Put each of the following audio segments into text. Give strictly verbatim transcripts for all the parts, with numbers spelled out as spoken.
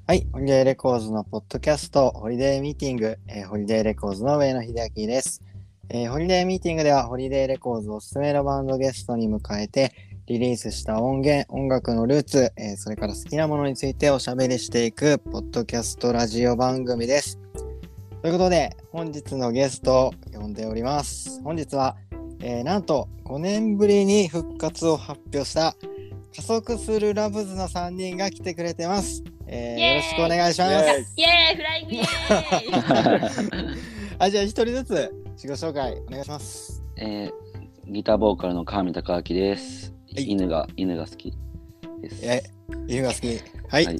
はい、ホリデーレコーズのポッドキャスト、ホリデーミーティング、えーホリデーレコーズの上野秀明です、えーホリデーミーティングでは、ホリデーレコーズおすすめのバンドゲストに迎えて、リリースした音源、音楽のルーツ、えーそれから好きなものについておしゃべりしていく、ポッドキャストラジオ番組です。ということで、本日のゲストを呼んでおります。本日は、えーなんとごねんぶりに復活を発表した加速するラブズのさんにんが来てくれてます。えー、よろしくお願いします。 イエーイフライングイエーイあ、じゃあ一人ずつ自己紹介お願いします。 えー、ギターボーカルの川見隆明です。 はい、 犬が犬が好きです。 え、犬が好き。はい。はい、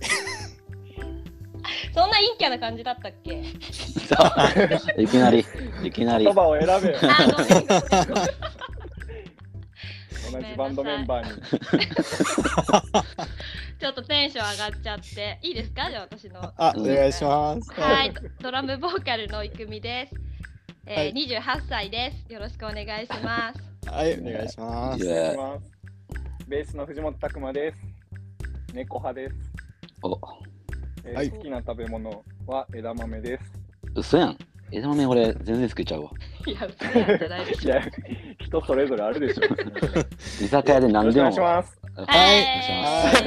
そんな陰キャな感じだったっけ？ いきなりいきなり言葉を選べよ。 あ、ごめんごめん同じバンドメンバーにちょっとテンション上がっちゃっていいですか？じゃあ私のあ、お願いします。 はい、ドラムボーカルのいくみです、えーはい、にじゅうはっさいです。よろしくお願いします。 はい、お願いします。 ベースの藤本拓馬です。猫派です。 お、 えーはい、好きな食べ物は枝豆です。 嘘やん。枝豆俺全然好きちゃうわ。 いや、嘘やんじゃないでしょ。いや、 人それぞれあるでしょ。 居酒屋で何でも。 お願いします。 はい。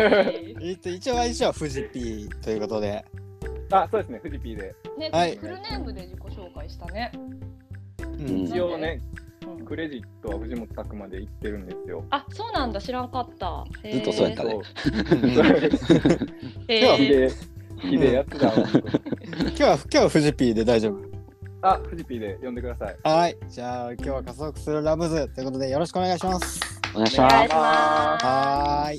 はい。一応一応フジピーということで。 あ、そうですね。フジピーで。 ね、はい、フルネームで自己紹介したね。 うん、一応ね、うん、クレジットは藤本拓馬で言ってるんですよ。 あ、そうなんだ。知らんかった。 ずっとそうやったね。 今日でひでやつだ。 今日は今日はフジピーで大丈夫。 あ、フジピーで呼んでください。 はい、じゃあ今日は加速するラブズということでよろしくお願いします。 お願いします。 はい。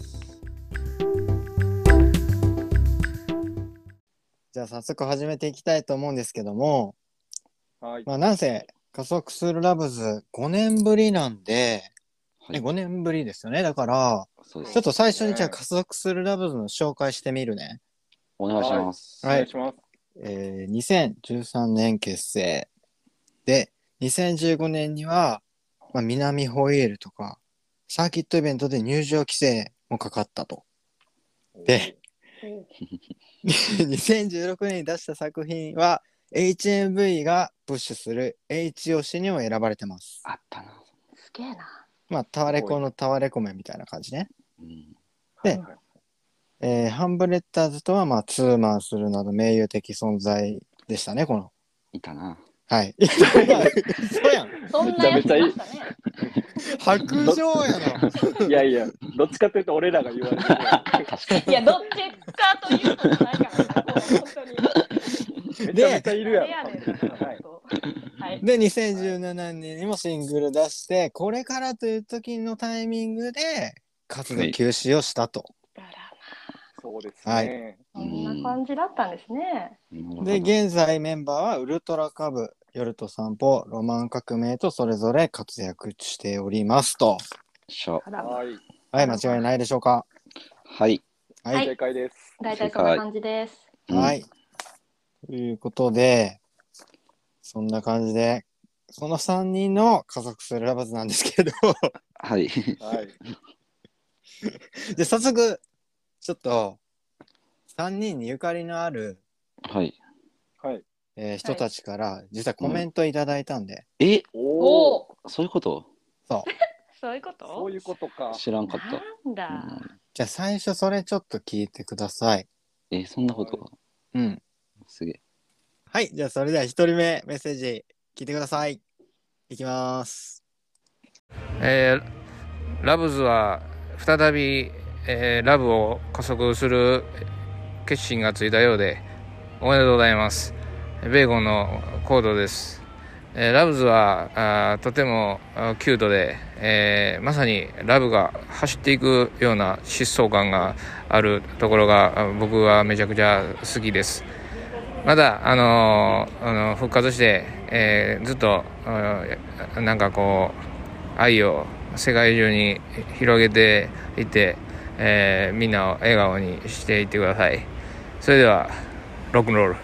じゃあ早速始めていきたいと思うんですけども、はい。まあなんせ加速するラブズごねんぶりなんで、はいね、ごねんぶりですよね。だからちょっと最初にじゃあ加速するラブズの紹介してみるね。 お願いします。 はい。お願いします。 えー、にせんじゅうさんねん結成で、にせんじゅうごねんには、まあ、南ホイールとかサーキットイベントで入場規制もかかったと。でにせんじゅうろくねんに出した作品は エイチエムブイ がプッシュする H 推しにも選ばれてます。 あったな。 すげえな。 まあタワレコのタワレコメみたいな感じね。 うん、 で、えー、ハンブレッダーズとはまあツーマンするなど名誉的存在でしたね。このいたな。 はい。そうやん。 そんなやついましたね。 白状やな。 いやいや、どっちかというと俺らが言われてる。 いや、どっちかというとじゃないからね。本当に。 めちゃめちゃいるやん。 はい、でにせんじゅうななねんにもシングル出して、これからという時のタイミングで活動休止をしたと。 そうですね。 はい。 そんな感じだったんですね。 で現在メンバーはウルトラカブ、夜と散歩、ロマン革命とそれぞれ活躍しておりますと。 はい。 はい、間違いないでしょうか。 はい。 はい、正解です。 大体そんな感じです。 はい。ということで、そんな感じで、そのさんにんの加速するラバズなんですけど。 はい。 はい。 で、早速、ちょっと、さんにんにゆかりのある、 はい。 はい。 えー、人たちから実はコメントいただいたんで、 うん、えおおそういうことそうそういうことそういうことか知らんかったなんだ、 うん、じゃあ最初それちょっと聞いてください。 えそんなことが、はい、 うんすげえ。 はい、じゃあそれではひとりめメッセージ聞いてください。いきます。 えー、ラブズは再び、えー、ラブを加速する決心がついたようでおめでとうございます。ベーゴンのコードです。えー、ラブズはあとてもキュートで、えー、まさにラブが走っていくような疾走感があるところが僕はめちゃくちゃ好きです。まだ、あのー、あの復活して、えー、ずっとなんかこう愛を世界中に広げていって、えー、みんなを笑顔にしていってください。それではロックンロール。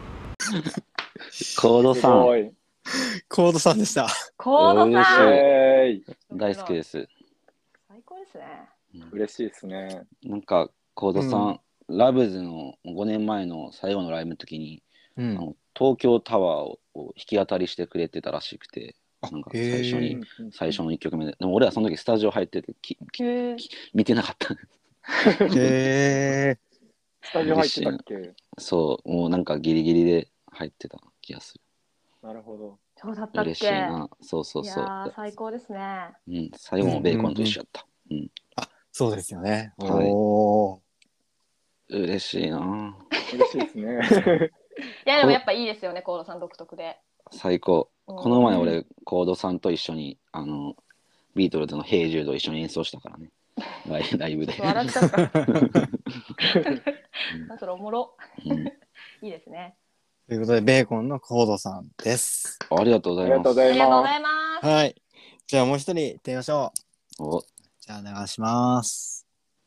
コードさん、 コードさんでした。 コードさん、 えー、大好きです。 最高ですね。 嬉しいですね。 なんかコードさん、 ラブズのごねんまえの最後のライブの時に、 うん、 あの東京タワーを弾き語りしてくれてたらしくて、なんか最初に最初のいっきょくめで、でも俺はその時スタジオ入っててきき見てなかった。 へー。 スタジオ入ってたっけ？ そう、もうなんかギリギリで入ってた気がする。 なるほど。 そうだったっけ？ 嬉しいな。そうそうそう。 いやー最高ですね。 うん、最後もベーコンと一緒だった。うん、うんうん、 あ、そうですよね。 はい。 おー。 嬉しいな。 嬉しいですね。 いやでもやっぱいいですよね、コードさん独特で。 最高。この前俺、コードさんと一緒に、あの、ビートルズのヘイジュード一緒に演奏したからね。ライライブで。 笑っちゃった。それおもろ。うん、いいですね。 ということで、ベーコンのコードさんです。 ありがとうございます。 ありがとうございます。 はい。じゃあもう一人行ってみましょう。 おじゃあお願いします。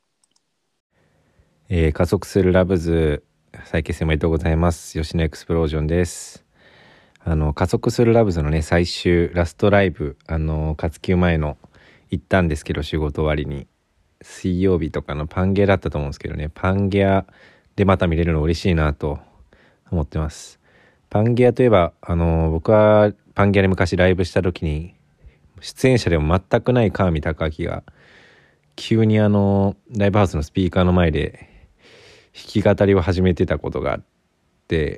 えー、加速するラブズ再結成おめでとうございます。吉野エクスプロージョンです。あの加速するラブズのね最終ラストライブ、あの活休前の行ったんですけど、仕事終わりに水曜日とかのパンゲアだったと思うんですけどね、パンゲアでまた見れるの嬉しいなと思ってます。パンゲアといえば、あの僕はパンゲアで昔ライブした時に出演者でも全くない川見隆明が急にあのライブハウスのスピーカーの前で弾き語りを始めてたことがあって、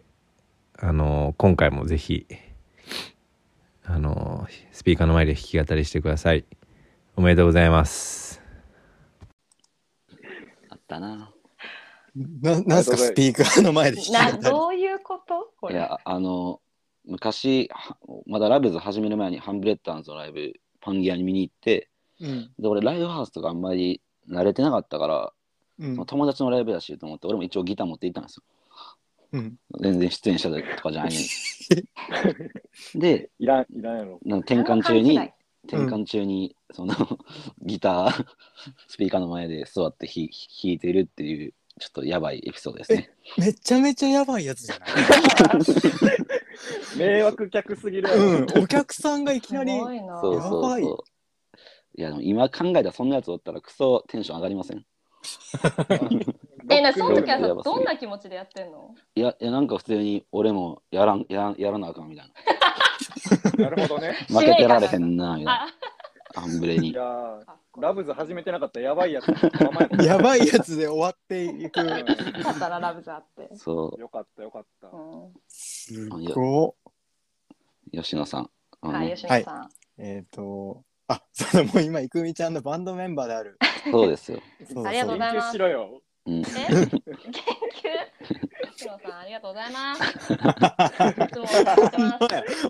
あの今回もぜひあのスピーカーの前で弾き語りしてください。おめでとうございます。 あったな。 な、なんすかスピーカーの前で弾き語り。 どういうことこれ？ いや、あの昔まだラブズ始める前にハンブレッダーズのライブパンギアに見に行って、うん、で俺ライブハウスとかあんまり慣れてなかったから、うん、友達のライブだしと思って俺も一応ギター持って行ったんですよ。うん、全然出演者とかじゃないのに。で、 いらん、いらんやろ。 転換中に、転換中に、そのギター、スピーカーの前で座って弾いてるっていう、ちょっとやばいエピソードですね。 めちゃめちゃやばいやつじゃない？ 迷惑客すぎるやろ、うん。お客さんがいきなり、やばい。 そうそうそう。いや、でも今考えたらそんなやつおったらクソテンション上がりません？ え、な、その時はさ、どんな気持ちでやってんの？ いや、いやなんか普通に俺もやらん、やら、やらなあかんみたいな。なるほどね。 負けてられへんなみたいな。アンブレに。いやラブズ始めてなかったらやばいやつ。 やばいやつで終わっていく。 よかったな、ラブズあって。 そう。 よかったよかった。うん、 すごい。吉野さん。 はい、吉野さん。 えっと、あ、そうだ、もう今、いくみちゃんのバンドメンバーである。 そうですよ。 ありがとうございます。 研究しろよ。 うん、え研究吉野さんありがとうございます。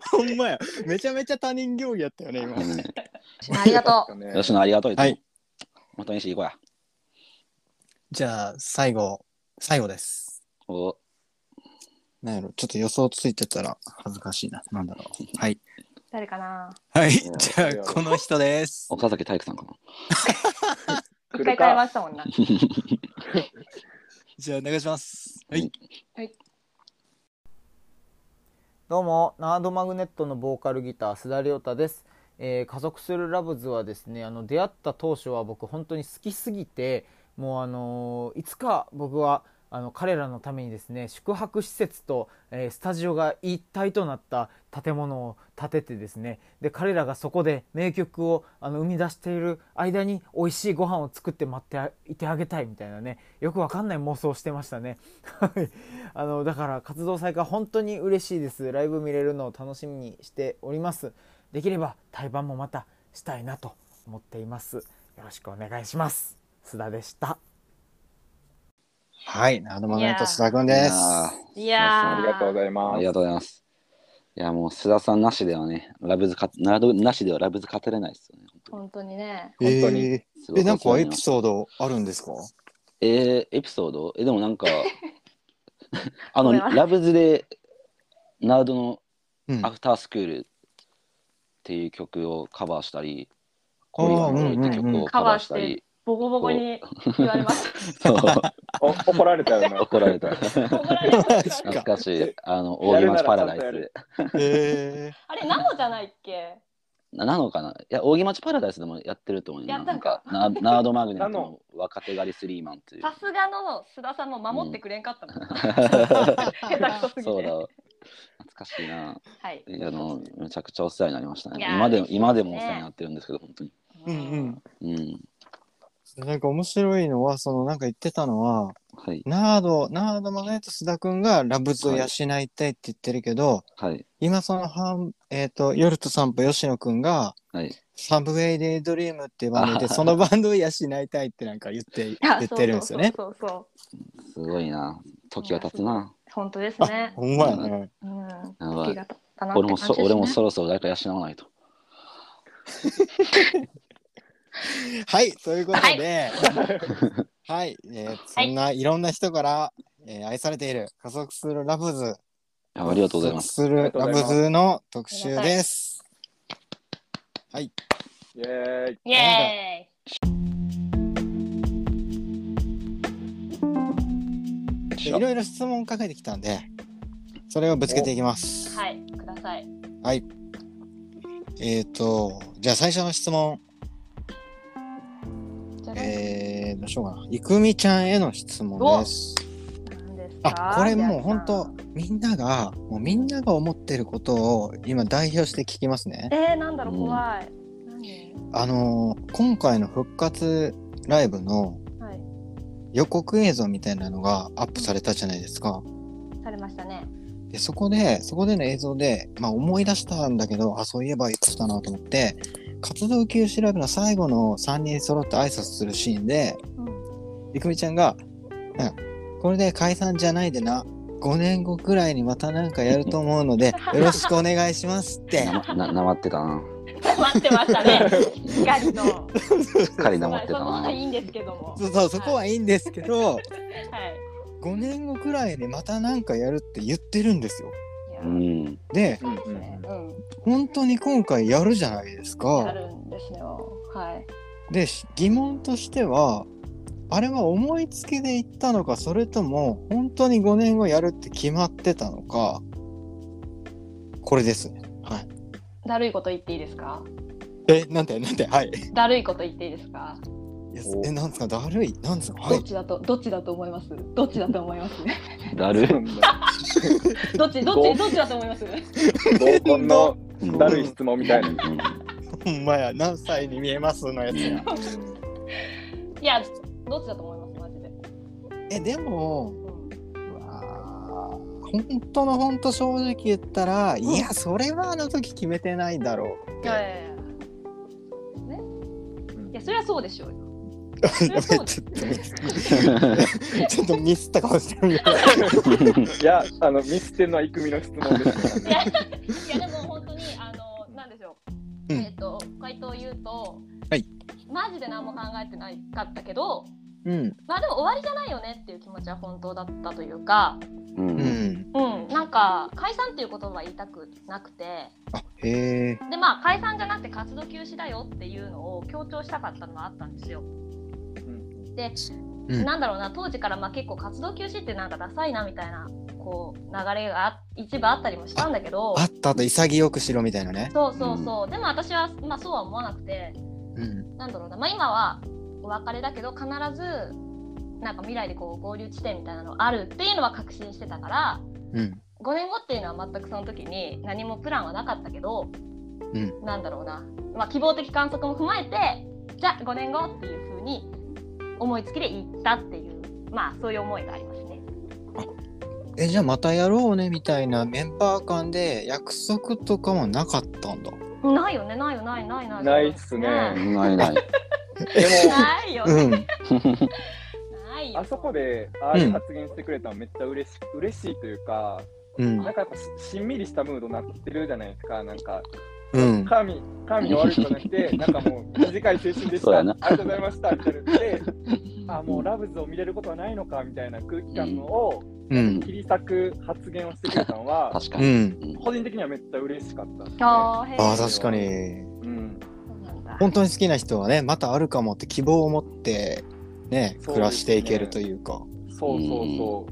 ほんまや、めちゃめちゃ他人行儀やったよね今。 ありがとう。吉野ありがとう。はい。またにし行こうや。 じゃあ最後最後です。 お。 なんやろ、ちょっと予想ついてたら恥ずかしいな。なんだろう。はい。 誰かな。 はい。じゃあこの人です。 岡崎体育さんかな。 一回変えましたもんな。 じゃあお願いします。はい。 はい。 どうもナードマグネットのボーカルギター須田亮太です。えー、加速するラブズはですね、あの出会った当初は僕本当に好きすぎて、もうあのー、いつか僕はあの彼らのためにですね、宿泊施設と、えー、スタジオが一体となった建物を建ててですね、で彼らがそこで名曲をあの生み出している間に美味しいご飯を作って待っていてあげたいみたいなね、よくわかんない妄想をしてましたね。あのだから活動再開本当に嬉しいです。ライブ見れるのを楽しみにしております。できれば対バンもまたしたいなと思っています。よろしくお願いします。須田でした。 はい、ナードマグネット須田くんです。 いやありがとうございます。 ありがとうございます。いやもう須田さんなしではね、ラブズかナードなしではラブズ勝てれないですよね。 本当にね。 本当に。えー、えなんかエピソードあるんですか？ えー、エピソード？えでもなんかあのラブズでナードのアフタースクールっていう曲をカバーしたり、コリアンドって曲をカバーしたり。 ボコボコに言われます。 怒られたよね。 怒られた。懐かしい。あの大木町パラダイスで。 えー、 あれナノじゃないっけ？ なのかな。いや大木町パラダイスでもやってると思う。なんかナードマグネットの若手狩りスリーマンという。 さすがの須田さんも守ってくれんかったもん、うん、下手くそすぎて。 そうだ、懐かしいな。 はい、 あのめちゃくちゃお世話になりましたね。今でも、ね、今でもお世話になってるんですけど、本当に。 うんうん。 うんなんか面白いのは、そのなんか言ってたのは、はい、ナード、ナードマグネット須田くんがラブズを養いたいって言ってるけど、 はい、 今そのはん、えっ、ー、と、夜と散歩吉野くんが、 はい、 サブウェイデイドリームっていうバンドで、そのバンドを養いたいってなんか言って、言ってるんですよね。 そうそうそうそう。 すごいな。時が経つな。 本当ですね。 ほんまやね。 うん。時が経ったなって俺もそ、俺もそろそろ誰か養わないと。 はい、ということで、はい、はい、えー、そんないろんな人から、はい、えー、愛されている加速するラブズ、 ありがとうございます。 加速するラブズの特集です。はい。 イェーイ。 イェーイ。 いろいろ質問かけてきたんで、それをぶつけていきます。 はい、ください。 はい。えっ、ー、と、じゃあ最初の質問。えー、どうしようかな。いくみちゃんへの質問です。 何ですか？ あ、これもう本当みんながもうみんなが思ってることを今代表して聞きますね。 えー、なんだろう、怖い。 何？あのー、今回の復活ライブの予告映像みたいなのがアップされたじゃないですか。 されましたね。 で、そこでそこでの映像で、まあ思い出したんだけど、あ、そういえば言ってたなと思って。活動休止ライブの最後のさんにん揃って挨拶するシーンで、いくみちゃんが、うん、これで解散じゃないでな、ごねんごくらいにまたなんかやると思うのでよろしくお願いしますってな, な, なまってたななまってましたね。しっかりとしっかりなまってたな。 そこはいいんですけども、 そうそう、そこはいいんですけど、はい、ごねんごくらいにまたなんかやるって言ってるんですよ。 うん、 で、 うんうん、 本当に今回やるじゃないですか。 やるんですよ。はい。 で、疑問としては、あれは思いつきで言ったのか、それとも本当にごねんごやるって決まってたのか、これですね。はい。 だるいこと言っていいですか？ え、なんてなんて、はい。 だるいこと言っていいですか？ いや、え、なんですか、だるい、なんですか、はい。 どっちだと、どっちだと思います？どっちだと思います？ だるい。 どっち、どっち、どっちだと思います？ 合コンのだるい質問みたいな。 ほんまや、何歳に見えますのやつや。いや、どっちだと思います、マジで。 え、でも、うん、うわ本当の本当正直言ったら、うん、いや、それはあの時決めてないだろうって。いやいやいや。 ね。いや、それはそうでしょうよ。 ちょっとちょっとミスったかもしれない。 いや、あのミスってるのはイクミの質問です。 いや、いやでも本当にあのなんでしょう。うん、えっ、ー、と回答を言うと、はい、マジで何も考えてないかったけど、うん、まあでも終わりじゃないよねっていう気持ちは本当だったというか、うん、うん、なんか解散っていう言葉は言いたくなくて、 あ、へー。でまあ解散じゃなくて活動休止だよっていうのを強調したかったのはあったんですよ。で、うん、なんだろうな、当時からまあ結構活動休止ってなんかダサいなみたいなこう流れが一部あったりもしたんだけど、 あ, あったと潔くしろみたいなね。 そうそうそう、うん、でも私はまあそうは思わなくて、うん、なんだろうな、まあ今はお別れだけど必ずなんか未来でこう合流地点みたいなのあるっていうのは確信してたから、うん、ごねんごっていうのは全くその時に何もプランはなかったけど、うん、なんだろうな、まあ希望的観測も踏まえて、じゃあごねんごっていう風に思いつきで言ったっていう、まあそういう思いがありますね。 あ、え、じゃあまたやろうねみたいなメンバー間で約束とかもなかったんだ。 ないよね、ないよ、ないないない。 ないっすね。 ないない。でもないよね。うん、ないよ。 あそこでああいう発言してくれたのめっちゃ嬉しい、嬉しいというか、うん、なんかやっぱしんみりしたムードになってるじゃないですか、なんか。うん、神、神に終わるとなくて、なんかもう短い青春でした、ありがとうございましたみたいなって、あ、もうラブズを見れることはないのかみたいな空気感のを、うん、切り裂く発言をしてくれたのは、 確かに、 個人的にはめっちゃ嬉しかったですね。 ああ、確かに、うん、本当に好きな人はね、またあるかもって希望を持ってね、暮らしていけるというか。 そうそうそう。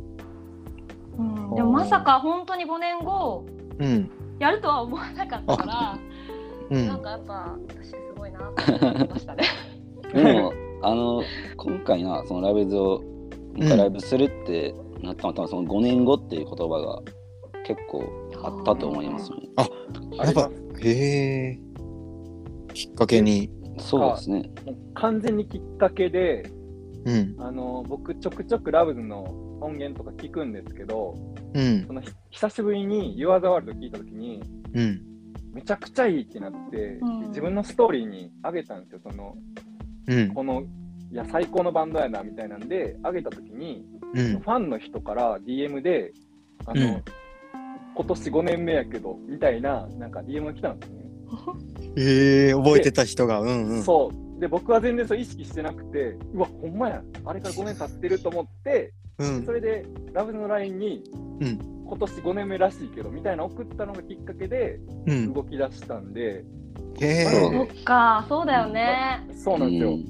うん、でもまさか本当にごねんご、うん、やるとは思わなかったから、うん、なんかやっぱ私すごいなって思いましたね。 でもあの今回なそのラブズをもう一回ライブするってなったのは、多分そのごねんごっていう言葉が結構あったと思いますね。 あ、やっぱへえきっかけに。 そうですね。 完全にきっかけで、 うん、 あの僕ちょくちょくラブズの音源とか聞くんですけど、 うん、 その久しぶりに You Are the World 聞いたときに、 うん、 めちゃくちゃいいってなって、うん、自分のストーリーに上げたんですよ。その、うん、このいや最高のバンドやなみたいなんで上げたときに、うん、ファンの人から ディーエム であの、うん、今年ごねんめやけどみたいななんか ディーエム が来たんですね。 えー、覚えてた人が、うんうん、 そうで僕は全然そう意識してなくて、うわほんまやあれからごねん経ってると思って、うん、それでラブズの ライン に、うん、今年ごねんめらしいけどみたいな送ったのがきっかけで動き出したんで、 うん、へーそっかそうだよね、 ま、そうなんですよ、うん、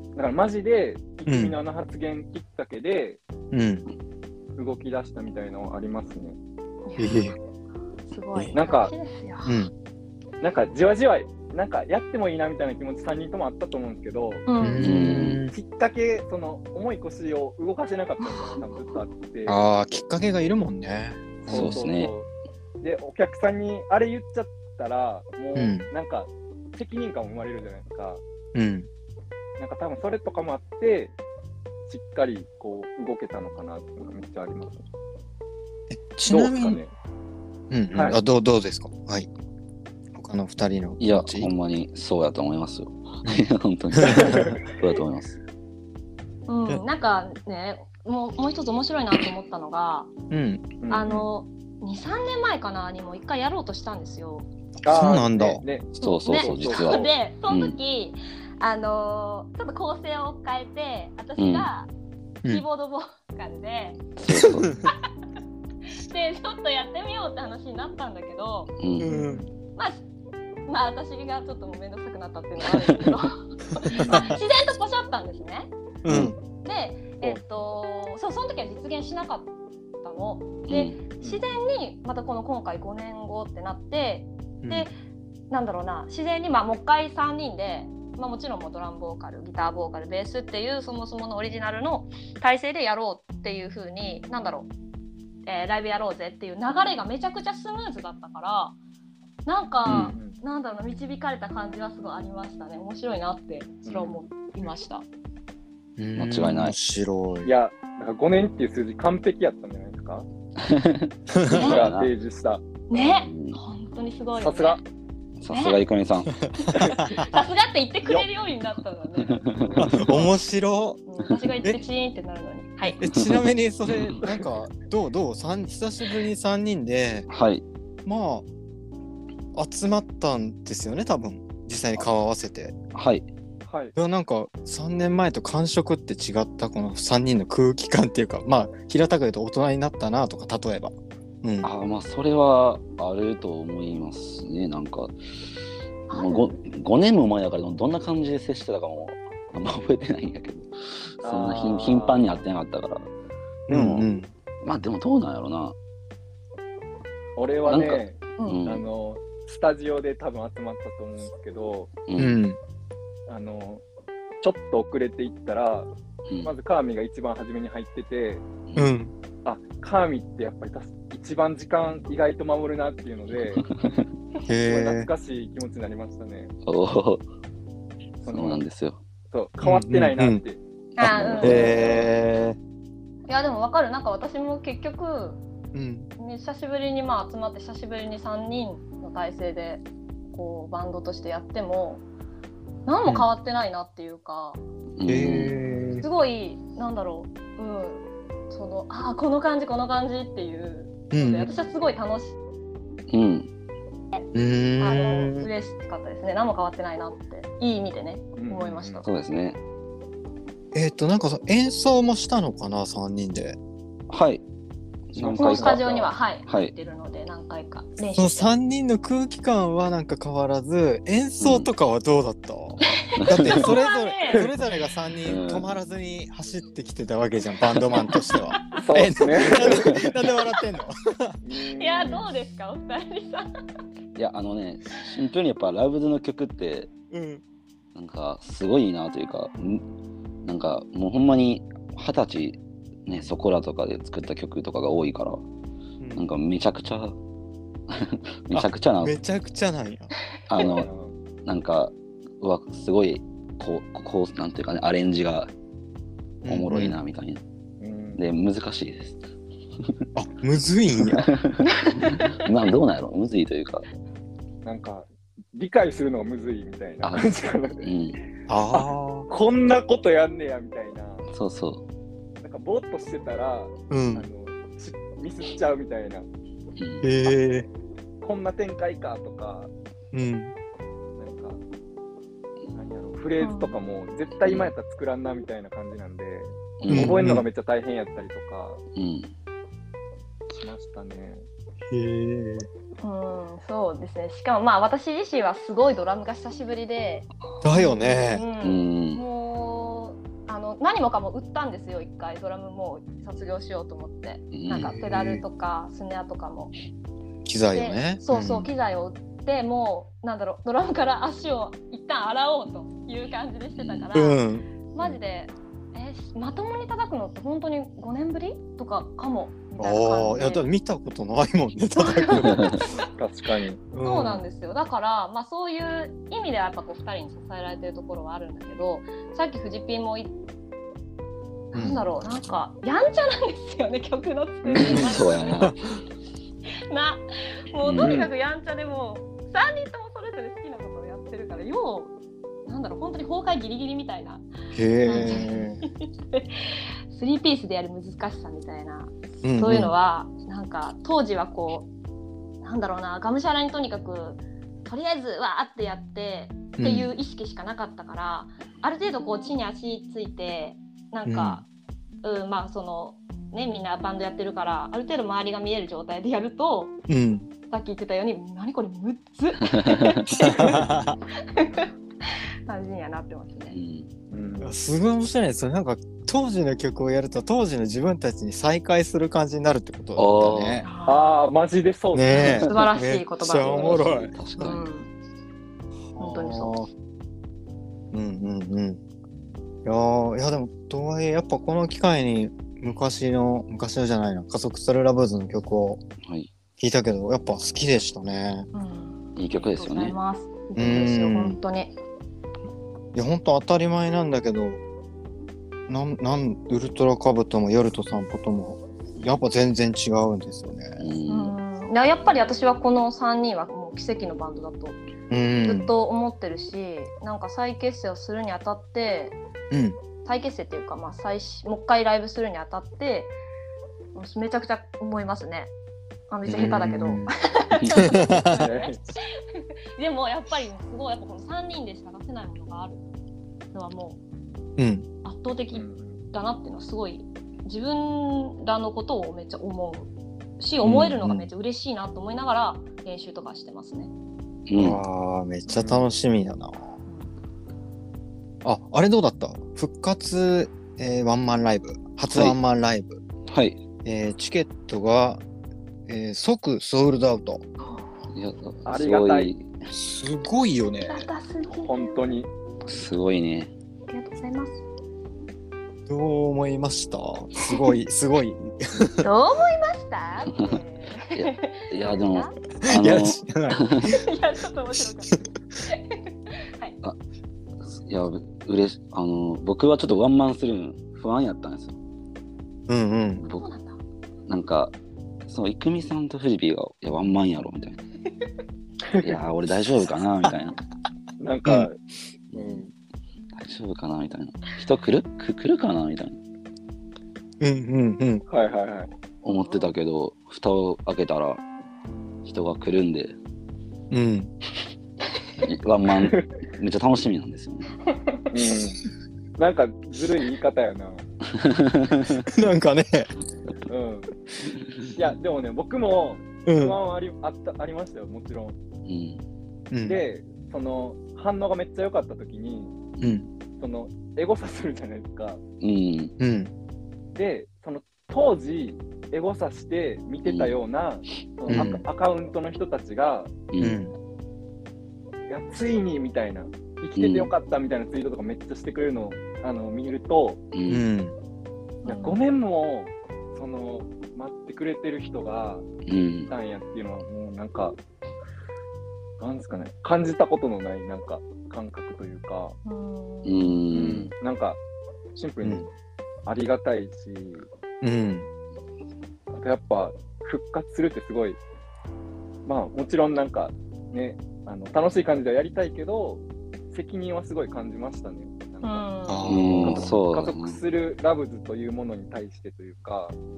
だからマジでいくみのあの発言きっかけで、うん、動き出したみたいなのありますね、 うん、すごいなんか、うん、なんかじわじわなんかやってもいいなみたいな気持ちさんにんともあったと思うんですけど、うん、きっかけその重い腰を動かせなかったのがずっとあって、 ああきっかけがいるもんね。 そうですね。 でお客さんにあれ言っちゃったらもう、うん、なんか責任感も生まれるじゃないですか。うん。なんか多分それとかもあってしっかりこう動けたのかなっていうのがめっちゃあります。 えちなみにどうですかね。うん、うんはい、あどうどうですか。はい。他の二人のいやほんまにそうやと思いますよ。本当にそうだと思います。 うん、なんかねもうもう一つ面白いなと思ったのが、うん、あのにさんねんまえかなにも一回やろうとしたんですよ。 そうなんだ。 ねね、 そうそうそう、ね、実は。 でその時、うん、あのちょっと構成を変えて私がキーボードボーカルで、うん、でちょっとやってみようって話になったんだけど、うん、まあまあ私がちょっともうめんどくさくなったっていうのはあるんですけど自然とポシャったんですね。うん、で、えっとそうその時は実現しなかったので、うん、自然にまたこの今回ごねんごってなって、うん、でなんだろうな自然にまあもう一回さんにんで、まあ、もちろんもうドラムボーカルギターボーカルベースっていうそもそものオリジナルの体制でやろうっていう風になんだろう、えー、ライブやろうぜっていう流れがめちゃくちゃスムーズだったからなんか、うん、なんだろうな導かれた感じはすごいありましたね。面白いなってそれは思いました。 うん、間違いない。 面白い。 いやなんかごねんっていう数字完璧やったんじゃないですか。僕が提示したね、本当にすごい、ね、 さすがさすがいくみさん。 さすがって言ってくれるようになったのね。 面白。 私が言ってチーンってなるのに。はい。 えちなみにそれなんかどうどうさん久しぶりにさんにんで、 はい。 まあ集まったんですよね多分実際に顔合わせて。 はい。 はい、 いやなんかさんねんまえと感触って違ったこのさんにんの空気感っていうかまあ平たく言うと大人になったなとか例えば、 うん、あまあそれはあると思いますね。なんかもう ご, ごねんも前だからどんな感じで接してたかもあんま覚えてないんやけどそんな頻繁に会ってなかったからでも、うんうん、まあでもどうなんやろな。 俺はね、うん、あのスタジオで多分集まったと思うんですけど、うんあのちょっと遅れていったら、うん、まずカーミが一番初めに入ってて、うん、あカーミってやっぱり一番時間意外と守るなっていうので懐かしい気持ちになりましたね。 おそ, そうなんですよ。 そう変わってないなって、うんうん、あうんへいやでも分かる。なんか私も結局、うん、久しぶりにまあ集まって久しぶりにさんにんの体制でこうバンドとしてやっても何も変わってないなっていうか、うん、すごいなんだろう、うん、そのあこの感じこの感じっていう、うん、私はすごい楽しい、うん、あの嬉しかったですね。何も変わってないなっていい意味でね、うん、思いました。 そうですね。 えっとなんか演奏もしたのかなさんにんで。 はい何回かスタジオにははい入ってるので何回か練習して。 そのさんにんの空気感はなんか変わらず演奏とかはどうだった、うん、だってそれぞれそれぞれがさんにん止まらずに走ってきてたわけじゃんバンドマンとしては。 そうですね。 なんで笑ってんの。 いやどうですかお二人さん。 いやあのねシンプルにやっぱラブズの曲って、うん、 なんかすごいなというか、なんかもうほんまに二十歳ね、そこらとかで作った曲とかが多いから、うん、なんかめちゃくちゃめちゃくちゃなめちゃくちゃなんやあのなんかうわすごいこうこうなんていうかねアレンジがおもろいなみたいな、うん、で難しいですあむずいんやまあどうなんやろむずいというかなんか理解するのがむずいみたいな感じかな、うん、 あこんなことやんねやみたいなそうそうなんかぼーっとしてたら、うん、あのミスっちゃうみたいな、へえこんな展開かとか、うん、なんか何やろフレーズとかも絶対今やったら作らんなみたいな感じなんで、うん、覚えるのがめっちゃ大変やったりとか、うん、しましたね。 へえ。 うん、そうですね。しかもまあ私自身はすごいドラムが久しぶりで。 だよね。 うん、もうあの何もかも売ったんですよ一回ドラムもう卒業しようと思って、なんかペダルとかスネアとかも。 機材をね。 そうそう、うん、機材を売ってもうなんだろうドラムから足を一旦洗おうという感じでしてたから、うん、マジでえまともに叩くのって本当にごねんぶりとかかもみたいな感じで。ああ、いやだ見たことないもんね叩くの。 確かに。 そうなんですよ。だからまあそういう意味ではやっぱこうふたりに支えられてるところはあるんだけど、さっきフジピンもなんだろう、なんかやんちゃなんですよね曲の作りが。 そうやな。 な、もうとにかくやんちゃでもうさんにんともそれぞれ好きなことをやってるからようなんだろう本当に崩壊ギリギリみたいな。 へー。スリーピースでやる難しさみたいな、うんうん、そういうのはなんか当時はこうなんだろうながむしゃらにとにかくとりあえずわーってやってっていう意識しかなかったから、うん、ある程度こう地に足ついてなんか、うんうん、まあそのね、みんなバンドやってるからある程度周りが見える状態でやると、うん、さっき言ってたように何これむっつ感じにはなってますね、 うんうん、すごい面白いですよ。なんか当時の曲をやると当時の自分たちに再会する感じになるってことだったね。 ああマジでそうね。素晴らしい言葉。めっちゃおもろい。 確かに、うん、 本当にそう。 うんうんうん。いやいやでもとはいえやっぱこの機会に昔の昔のじゃないな加速するラブズの曲を聴いたけど、はい、やっぱ好きでしたね、 うん、いい曲ですよね。 いい曲ですよ本当に。 いや本当当たり前なんだけどなんなんウルトラカブトも夜と散歩ともやっぱ全然違うんですよね。 うん、やっぱり私はこのさんにんはもう奇跡のバンドだとずっと思ってるし、なんか再結成をするにあたって、うん、再結成っていうか、まあ、再もう一回ライブするにあたってめちゃくちゃ思いますね。あめっちゃ下手だけどでもやっぱりすごいやっぱこのさんにんでしか出せないものがあるのはもう、うん、圧倒的だなっていうのはすごい自分らのことをめっちゃ思うし思えるのがめっちゃ嬉しいなと思いながら練習とかしてますね、 うん、あめっちゃ楽しみだな、うん、ああれどうだった復活、えー、ワンマンライブ初ワンマンライブ、 はい、 えー、チケットが、えー、即ソールドアウト。 いやありがたい。 すごいよね。 本当にすごいね。 ありがとうございます。 どう思いました？すごいすごい。 どう思いました？ いや、いやでもあのいや、いやちょっと面白かった。はい。あ、 いやうれしあの僕はちょっとワンマンするの不安やったんですよ。 うんうん。 僕なんかその郁美さんとフジビーがいやワンマンやろみたいな。いや俺大丈夫かなみたいな。 なんか、 うん、大丈夫かなみたいな。人来るく来るかなみたいな。 うんうんうん。 はいはいはい。 思ってたけど蓋を開けたら人が来るんで。 うん。 ワンマンめっちゃ楽しみなんですよね。 うん。なんかずるい言い方やな。 なんかね。 うん。いやでもね僕も不安はあり、うん、あったありましたよもちろん。うん、でその反応がめっちゃ良かった時に、うん、そのエゴサするじゃないですか。 うんうん、 でその当時エゴサして見てたような、うん、その ア, アカウントの人たちが、うん、いやついにみたいな生きててよかったみたいなツイートとかめっちゃしてくれるのをあの見ると、うん、いやごねんもその待ってくれてる人がいたんやっていうのはもうなんか、なんですかね、感じたことのないなんか感覚というか、うん、うん、なんかシンプルにありがたいし、うん、あとやっぱ復活するってすごい、まあもちろんなんかね、あの楽しい感じではやりたいけど責任はすごい感じましたね。なんかうんそう加速するラブズというものに対してというか、うん、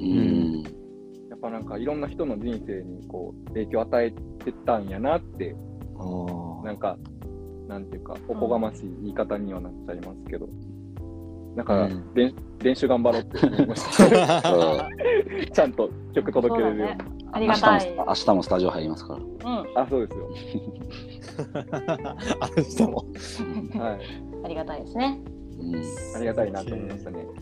やっぱなんかいろんな人の人生にこう影響を与えてたんやなって、なんかなんていうかおこがましい言い方にはなっちゃいますけど、だから、うん、練, 練習頑張ろうって思いましたちゃんと曲届けれるように、ね、 ありがたい。 明日もスタジオ入りますから。 うん、あ、そうですよ明日もはい、ありがたいですね、 うん、ありがたいなと思いましたね。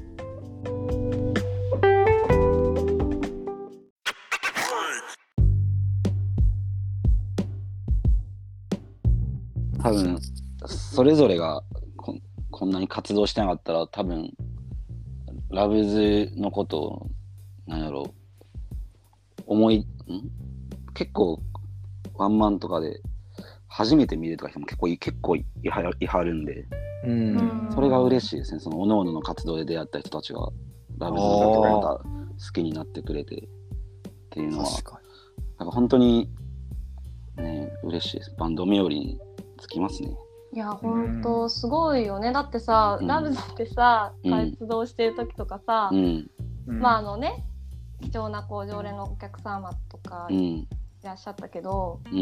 多分それぞれが こ, こんなに活動してなかったら多分ラブズのことをなんやろ思いん結構ワンマンとかで初めて見るとか人も結構い結構 い, い, は, いはるんで、うん、それが嬉しいですね。その各々の活動で出会った人たちがラブズの曲をまた好きになってくれてっていうのはなんか本当にね嬉しいです。バンド冥利につきますね。 いや本当すごいよね。だってさ、うん、ラブズってさ活動してる時とかさ、うん、まああのね貴重なこう常連のお客様とかいらっしゃったけど、うん、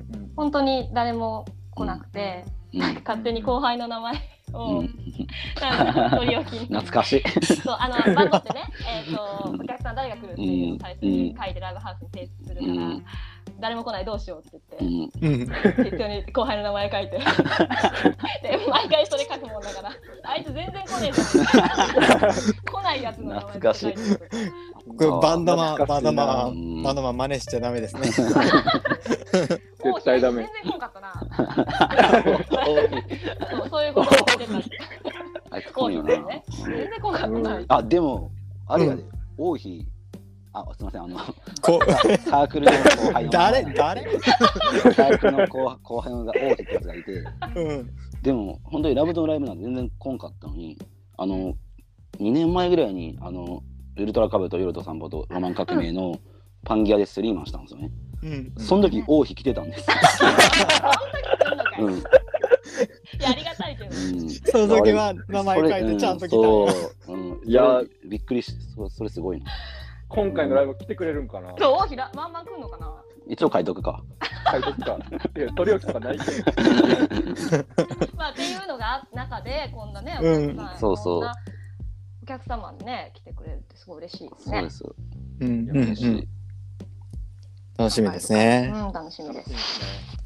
本当に誰も来なくて、うん、なんか勝手に後輩の名前を、うん、なんか取り置きに懐かしいそうあのバンドってね、えー、とお客さん誰が来るっていうのを最初に書いてライブハウスに提出するから、うん、誰も来ないどうしようって言って、うん、適当に後輩の名前書いてで毎回それ書くもんだからあいつ全然来ねえじゃん来ないやつの名前書いてるこれバンドマンバンドマンバンドマン真似しちゃダメですね絶対ダメ。 全然来んかったなそうそういうことをしてたあいつ来んよな、 ね、全然来んかったな、 うん、あでもあれやで、うん、王妃あすみませんあのサークルの後輩の誰誰サークルの後, 後輩の王妃ってやつがいて、うん、でも本当にラブのライブなんて全然来んかったのにあのにねんまえぐらいにあのウルトラカブとヨルト散歩とロマン革命のパンギアでスリーマンしたんですよね、うん、その時王妃来てたんですうん、いやありがたいけど、うん、 その時は名前書いてちゃんと来た、うんそううん、いやびっくりし そ, それすごいな。 今回のライブ来てくれるんかな。 そう王妃だワンマン来んのかな。 一応書いとくか書いとくかいや取り置きとかないけどまあっていうのが中でこんなね、 うん、そうそうお客様にね来てくれるってすごい嬉しいですね。 そうです、 うん、嬉しい、うん、楽しみですね。 うん楽しみです。